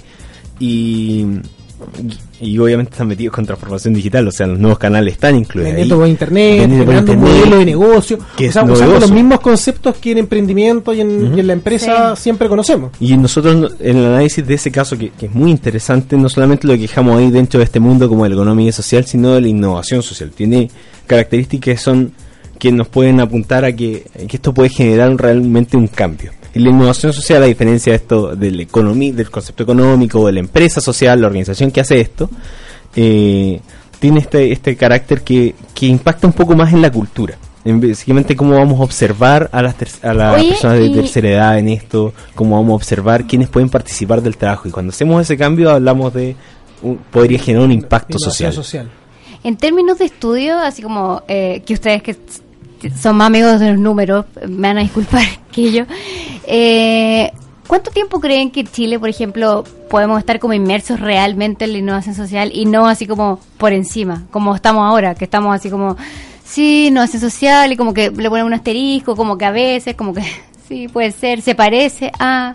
Y obviamente están metidos con transformación digital, o sea, los nuevos canales están incluidos. Vendiendo por internet, generando un modelo de negocio, usando los mismos conceptos que en emprendimiento y en la empresa siempre conocemos. Y nosotros, en el análisis de ese caso, que es muy interesante, no solamente lo que dejamos ahí dentro de este mundo como de la economía social, sino de la innovación social. Tiene características que nos pueden apuntar a que esto puede generar realmente un cambio. Y la innovación social, a diferencia de esto del concepto económico, de la empresa social, la organización que hace esto, tiene este carácter que impacta un poco más en la cultura. Básicamente cómo vamos a observar a las personas de tercera edad en esto, cómo vamos a observar quiénes pueden participar del trabajo. Y cuando hacemos ese cambio hablamos de podría generar un impacto social. En términos de estudio, así como que ustedes que son más amigos de los números, me van a disculpar que yo. ¿Cuánto tiempo creen que Chile, por ejemplo, podemos estar como inmersos realmente en la innovación social y no así como por encima, como estamos ahora, que estamos así como, sí, innovación social y como que le ponen un asterisco, como que a veces, como que sí, puede ser, se parece a...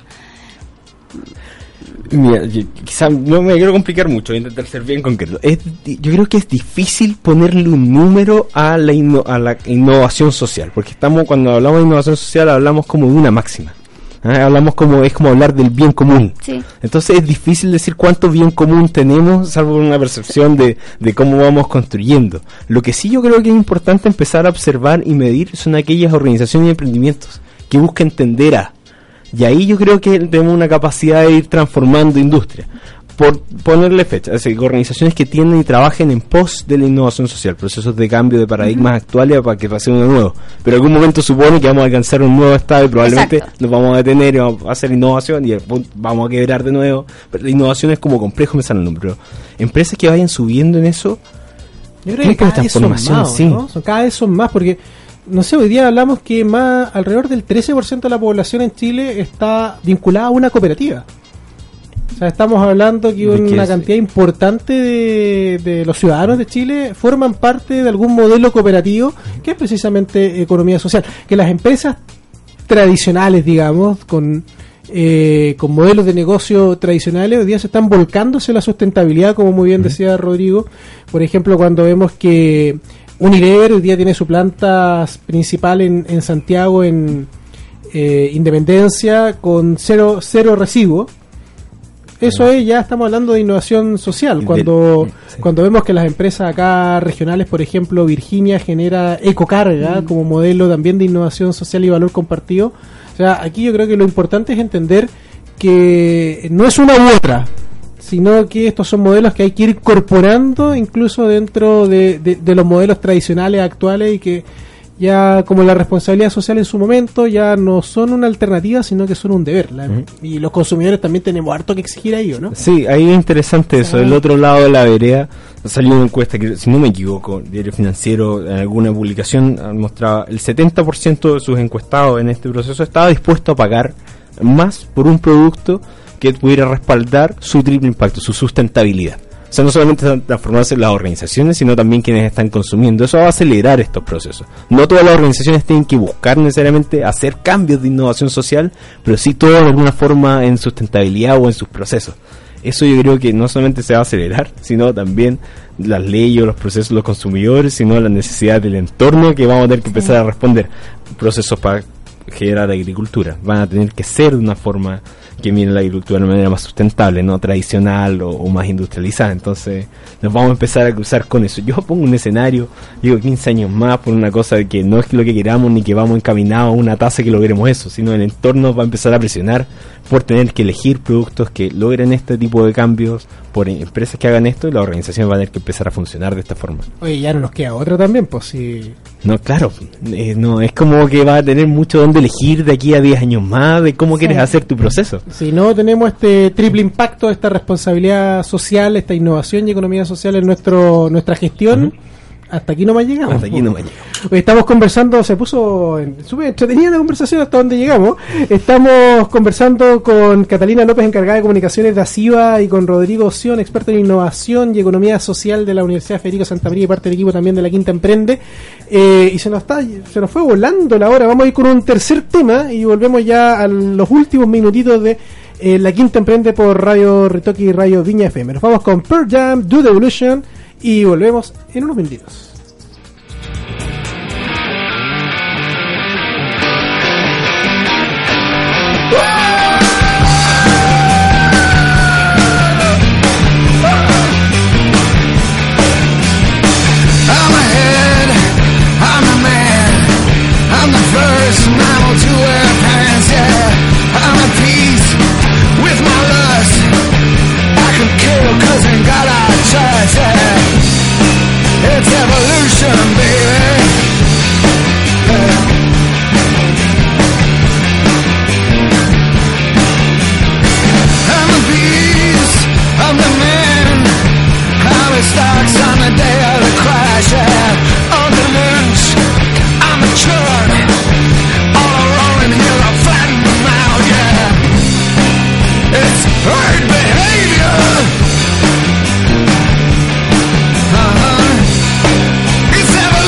Mira, quizá no me quiero complicar mucho, voy a intentar ser bien concreto. Yo creo que es difícil ponerle un número a la innovación social, porque cuando hablamos de innovación social hablamos como de una máxima. Hablamos es como hablar del bien común. Sí. Entonces es difícil decir cuánto bien común tenemos, salvo una percepción de cómo vamos construyendo. Lo que sí yo creo que es importante empezar a observar y medir son aquellas organizaciones y emprendimientos que buscan entender y ahí yo creo que tenemos una capacidad de ir transformando industria. Por ponerle fecha, es decir, organizaciones que tienden y trabajen en pos de la innovación social, procesos de cambio de paradigmas actuales para que pase uno nuevo. Pero en algún momento supone que vamos a alcanzar un nuevo estado y probablemente nos vamos a detener y vamos a hacer innovación y vamos a quebrar de nuevo. Pero la innovación es como complejo, me sale el nombre. Pero empresas que vayan subiendo en eso, yo creo que cada vez son más, ¿no? Cada vez son más porque... No sé, hoy día hablamos que alrededor del 13% de la población en Chile está vinculada a una cooperativa. O sea, estamos hablando que una cantidad importante de los ciudadanos de Chile forman parte de algún modelo cooperativo que es precisamente economía social. Que las empresas tradicionales, digamos, con con modelos de negocio tradicionales, hoy día se están volcando hacia la sustentabilidad, como muy bien decía Rodrigo. Por ejemplo, cuando vemos que Unilever hoy día tiene su planta principal en Santiago, en Independencia, con cero residuos. Eso es, ya estamos hablando de innovación social. Cuando vemos que las empresas acá regionales, por ejemplo, Virginia genera Ecocarga como modelo también de innovación social y valor compartido. O sea, aquí yo creo que lo importante es entender que no es una u otra, sino que estos son modelos que hay que ir incorporando incluso dentro de los modelos tradicionales actuales, y que ya, como la responsabilidad social en su momento, ya no son una alternativa, sino que son un deber. Y los consumidores también tenemos harto que exigir a ello, ¿no? Sí, ahí es interesante eso. Del otro lado de la vereda salió una encuesta que, si no me equivoco, Diario Financiero, en alguna publicación mostraba el 70% de sus encuestados en este proceso estaba dispuesto a pagar más por un producto que pudiera respaldar su triple impacto, su sustentabilidad. O sea, no solamente están transformándose las organizaciones, sino también quienes están consumiendo. Eso va a acelerar estos procesos. No todas las organizaciones tienen que buscar necesariamente hacer cambios de innovación social, pero sí todas de alguna forma en sustentabilidad o en sus procesos. Eso yo creo que no solamente se va a acelerar, sino también las leyes o los procesos de los consumidores, sino las necesidades del entorno, que vamos a tener que empezar a responder. Procesos para generar agricultura van a tener que ser de una forma que mire la agricultura de una manera más sustentable, no tradicional o más industrializada. Entonces nos vamos a empezar a cruzar con eso. Yo pongo un escenario, digo 15 años más, por una cosa de que no es lo que queramos ni que vamos encaminados a una tasa que logremos eso, sino el entorno va a empezar a presionar por tener que elegir productos que logren este tipo de cambios, por empresas que hagan esto, y la organización va a tener que empezar a funcionar de esta forma. Oye, ya no nos queda otra también, pues si... No, claro, no es como que va a tener mucho donde elegir de aquí a 10 años más de cómo quieres hacer tu proceso. Si no tenemos este triple impacto, esta responsabilidad social, esta innovación y economía social en nuestra gestión, hasta aquí no más llegamos. Hasta aquí no más llegamos. Hoy estamos conversando, se puso súper entretenida la conversación hasta donde llegamos. Estamos conversando con Catalina López, encargada de comunicaciones de ACIBA, y con Rodrigo Sion, experto en innovación y economía social de la Universidad Federico Santa María y parte del equipo también de la Quinta Emprende. Y se nos fue volando la hora. Vamos a ir con un tercer tema y volvemos ya a los últimos minutitos de la Quinta Emprende por Radio Ritoque y Radio Viña FM. Nos vamos con Pearl Jam, Do the Evolution, y volvemos en unos minutitos. It's evolution, baby. I'm the beast, I'm the man. I'm the stocks on the day of the crash, yeah. On the lynch, I'm a truck. All rolling here, I'll flatten them out, yeah. It's herd behavior. It's evolution.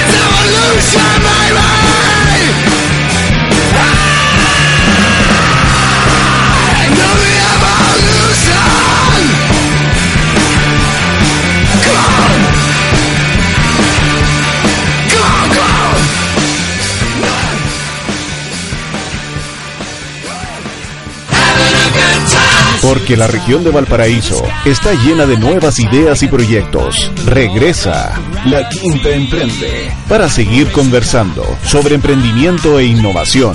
Porque la región de Valparaíso está llena de nuevas ideas y proyectos. Regresa La Quinta Emprende para seguir conversando sobre emprendimiento e innovación.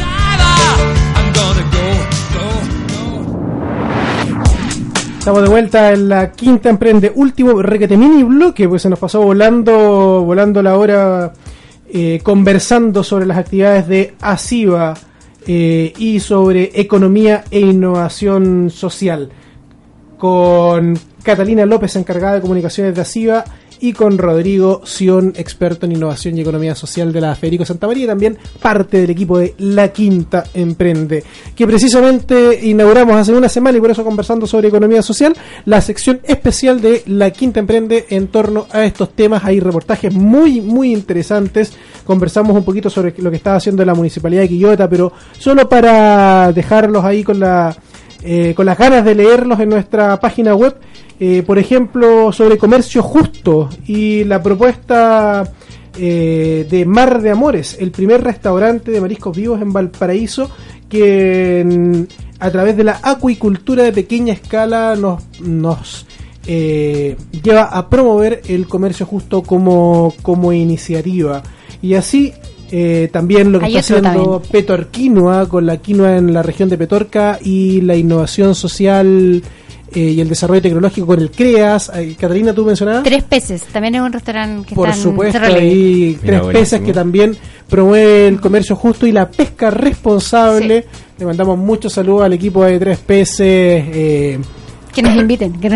Estamos de vuelta en La Quinta Emprende, último requete mini bloque, pues se nos pasó volando la hora conversando sobre las actividades de ASIVA. Y sobre economía e innovación social, con Catalina López, encargada de comunicaciones de ASIVA, y con Rodrigo Sion, experto en innovación y economía social de la Federico Santa María, y también parte del equipo de La Quinta Emprende, que precisamente inauguramos hace una semana, y por eso conversando sobre economía social, la sección especial de La Quinta Emprende en torno a estos temas. Hay reportajes muy, muy interesantes. Conversamos un poquito sobre lo que estaba haciendo la Municipalidad de Quillota, pero solo para dejarlos ahí con las ganas de leerlos en nuestra página web. Por ejemplo, sobre comercio justo y la propuesta de Mar de Amores, el primer restaurante de mariscos vivos en Valparaíso, que a través de la acuicultura de pequeña escala nos lleva a promover el comercio justo como iniciativa. Y así también lo que está haciendo Petorquinoa, con la quinoa en la región de Petorca, y la innovación social y el desarrollo tecnológico con el CREAS. Catalina, tú mencionabas Tres Peces, también es un restaurante que por está supuesto, en y Tres Peces, que también promueve el comercio justo y la pesca responsable. Sí. Le mandamos muchos saludos al equipo de Tres Peces, que nos inviten que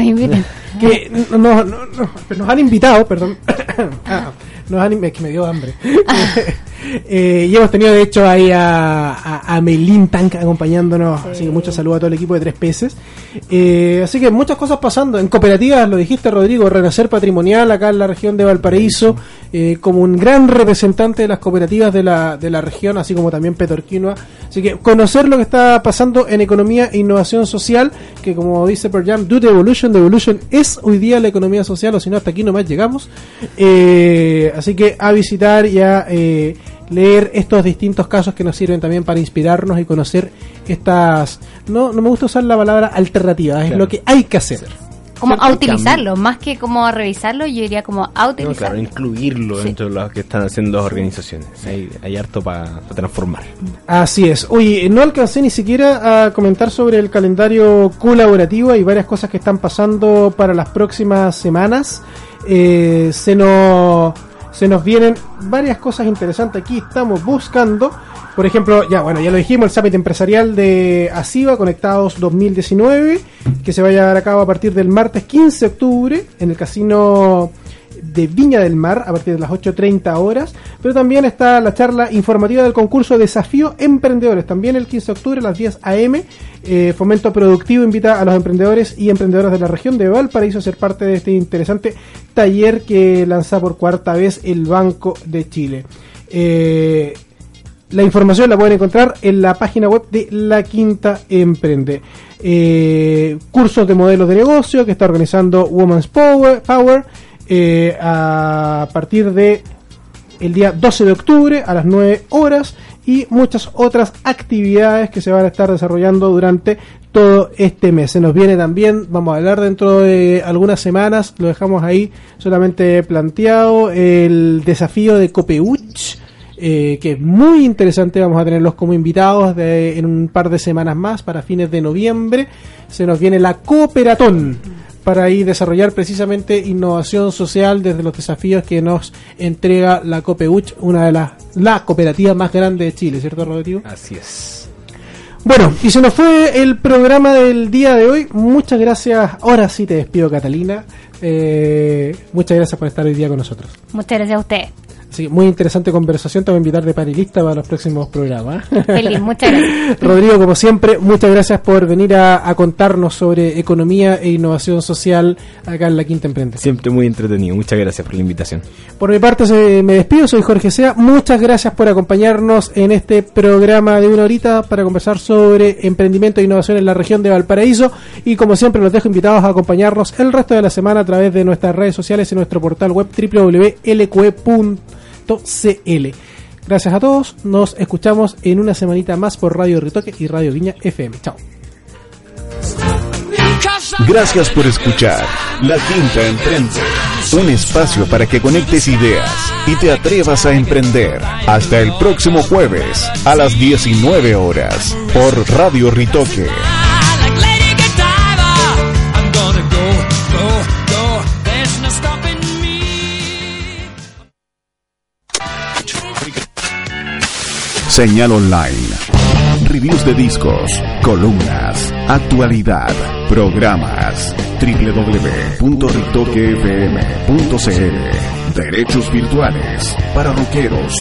nos han invitado, perdón. Es que me dio hambre. Y hemos tenido de hecho ahí a Meilín Tank acompañándonos, sí. Así que muchos saludos a todo el equipo de Tres Peces. Así que muchas cosas pasando en cooperativas, lo dijiste, Rodrigo, Renacer Patrimonial acá en la región de Valparaíso, como un gran representante de las cooperativas de la región, así como también Petorquinoa. Así que conocer lo que está pasando en economía e innovación social, que como dice Pearl Jam, do the evolution es hoy día la economía social, o si no hasta aquí nomás llegamos. Así que a visitar y a leer estos distintos casos que nos sirven también para inspirarnos y conocer estas, no me gusta usar la palabra alternativa, es claro, lo que hay que hacer. Como a utilizarlo, más que como a revisarlo, yo diría como a utilizarlo. No, claro, incluirlo dentro de lo que están haciendo las organizaciones. Hay harto para transformar. Así es. Oye, no alcancé ni siquiera a comentar sobre el calendario colaborativo. Hay varias cosas que están pasando para las próximas semanas. Se nos vienen varias cosas interesantes. Aquí estamos buscando, por ejemplo, ya lo dijimos, el Summit Empresarial de ASIVA Conectados 2019, que se va a llevar a cabo a partir del martes 15 de octubre en el Casino de Viña del Mar a partir de las 8:30 horas, pero también está la charla informativa del concurso Desafío Emprendedores, también el 15 de octubre a las 10 a.m. Fomento Productivo invita a los emprendedores y emprendedoras de la región de Valparaíso a ser parte de este interesante taller que lanza por cuarta vez el Banco de Chile. La información la pueden encontrar en la página web de La Quinta Emprende. Cursos de modelos de negocio que está organizando Women's Power a partir de el día 12 de octubre a las 9 horas, y muchas otras actividades que se van a estar desarrollando durante todo este mes. Se nos viene también, vamos a hablar dentro de algunas semanas, lo dejamos ahí solamente planteado, el desafío de Copeuch, que es muy interesante. Vamos a tenerlos como invitados en un par de semanas más, para fines de noviembre. Se nos viene la Cooperatón, para ahí desarrollar precisamente innovación social desde los desafíos que nos entrega la Copeuch, una de la cooperativa más grande de Chile, ¿cierto, Rodrigo? Así es. Bueno, y se nos fue el programa del día de hoy. Muchas gracias. Ahora sí te despido, Catalina. Muchas gracias por estar hoy día con nosotros. Muchas gracias a usted. Sí, muy interesante conversación. Te voy a invitar de panelista para los próximos programas. Feliz, muchas gracias. Rodrigo, como siempre, muchas gracias por venir a contarnos sobre economía e innovación social acá en La Quinta Emprende. Siempre muy entretenido. Muchas gracias por la invitación. Por mi parte me despido, soy Jorge Sea. Muchas gracias por acompañarnos en este programa de una horita para conversar sobre emprendimiento e innovación en la región de Valparaíso. Y como siempre los dejo invitados a acompañarnos el resto de la semana a través de nuestras redes sociales y nuestro portal web www.lqe.cl. Gracias a todos, nos escuchamos en una semanita más por Radio Ritoque y Radio Viña FM. Chao. Gracias por escuchar La Quinta Emprende, un espacio para que conectes ideas y te atrevas a emprender. Hasta el próximo jueves a las 19 horas por Radio Ritoque. Señal Online. Reviews de discos, columnas, actualidad, programas. www.ritoquefm.cl. Derechos virtuales para rockeros.